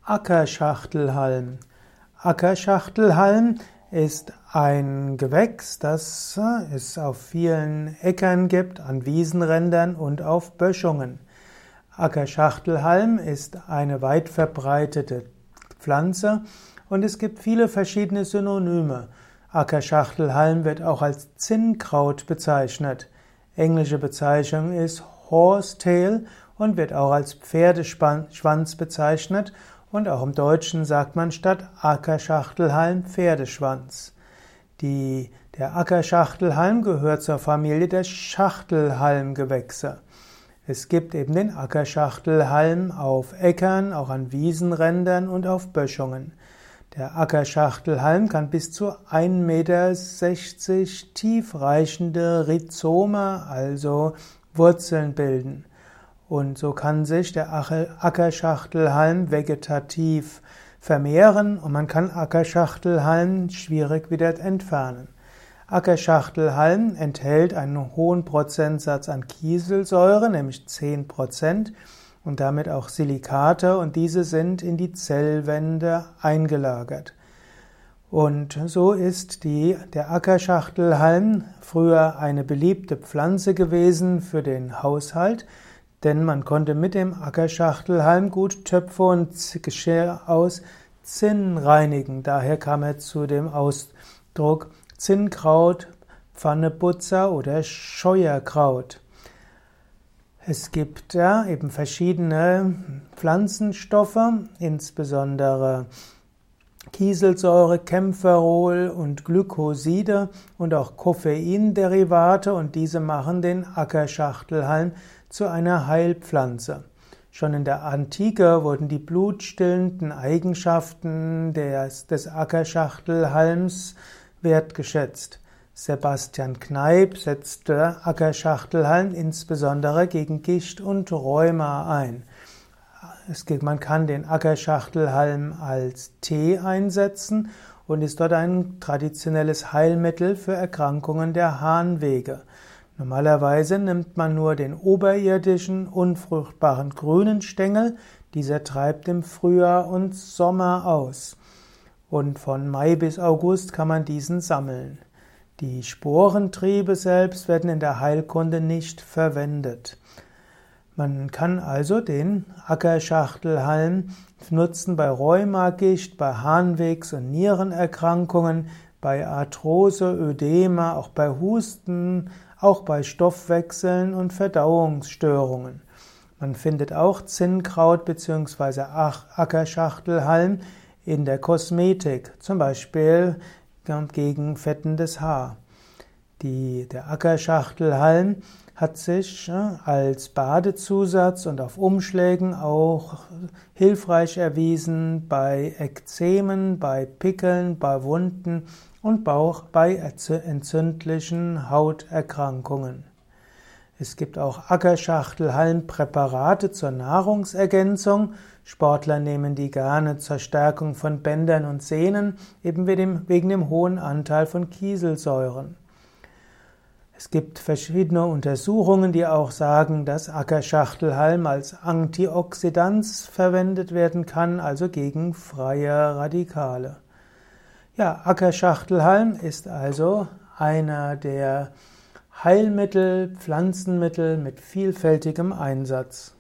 Ackerschachtelhalm. Ackerschachtelhalm ist ein Gewächs, das es auf vielen Äckern gibt, an Wiesenrändern und auf Böschungen. Ackerschachtelhalm ist eine weit verbreitete Pflanze und es gibt viele verschiedene Synonyme. Ackerschachtelhalm wird auch als Zinnkraut bezeichnet. Englische Bezeichnung ist Horsetail und wird auch als Pferdeschwanz bezeichnet. Und auch im Deutschen sagt man statt Ackerschachtelhalm Pferdeschwanz. Der Ackerschachtelhalm gehört zur Familie der Schachtelhalmgewächse. Es gibt eben den Ackerschachtelhalm auf Äckern, auch an Wiesenrändern und auf Böschungen. Der Ackerschachtelhalm kann bis zu 1,60 Meter tiefreichende Rhizome, also Wurzeln bilden. Und so kann sich der Ackerschachtelhalm vegetativ vermehren und man kann Ackerschachtelhalm schwierig wieder entfernen. Ackerschachtelhalm enthält einen hohen Prozentsatz an Kieselsäure, nämlich 10%, und damit auch Silikate, und diese sind in die Zellwände eingelagert. Und so ist der Ackerschachtelhalm früher eine beliebte Pflanze gewesen für den Haushalt, denn man konnte mit dem Ackerschachtelhalm gut Töpfe und Geschirr aus Zinn reinigen. Daher kam er zu dem Ausdruck Zinnkraut, Pfanneputzer oder Scheuerkraut. Es gibt ja eben verschiedene Pflanzenstoffe, insbesondere Kieselsäure, Kaempferol und Glykoside und auch Koffeinderivate, und diese machen den Ackerschachtelhalm zu einer Heilpflanze. Schon in der Antike wurden die blutstillenden Eigenschaften des Ackerschachtelhalms wertgeschätzt. Sebastian Kneipp setzte Ackerschachtelhalm insbesondere gegen Gicht und Rheuma ein. Man kann den Ackerschachtelhalm als Tee einsetzen und ist dort ein traditionelles Heilmittel für Erkrankungen der Harnwege. Normalerweise nimmt man nur den oberirdischen, unfruchtbaren grünen Stängel. Dieser treibt im Frühjahr und Sommer aus. Und von Mai bis August kann man diesen sammeln. Die Sporentriebe selbst werden in der Heilkunde nicht verwendet. Man kann also den Ackerschachtelhalm nutzen bei Rheumagicht, bei Harnwegs- und Nierenerkrankungen, bei Arthrose, Ödeme, auch bei Husten, auch bei Stoffwechseln und Verdauungsstörungen. Man findet auch Zinnkraut bzw. Ackerschachtelhalm in der Kosmetik, zum Beispiel gegen fettendes Haar. Der Ackerschachtelhalm hat sich als Badezusatz und auf Umschlägen auch hilfreich erwiesen bei Ekzemen, bei Pickeln, bei Wunden und auch bei entzündlichen Hauterkrankungen. Es gibt auch Ackerschachtelhalmpräparate zur Nahrungsergänzung. Sportler nehmen die gerne zur Stärkung von Bändern und Sehnen, eben wegen dem hohen Anteil von Kieselsäuren. Es gibt verschiedene Untersuchungen, die auch sagen, dass Ackerschachtelhalm als Antioxidant verwendet werden kann, also gegen freie Radikale. Ja, Ackerschachtelhalm ist also einer der Heilmittel, Pflanzenmittel mit vielfältigem Einsatz.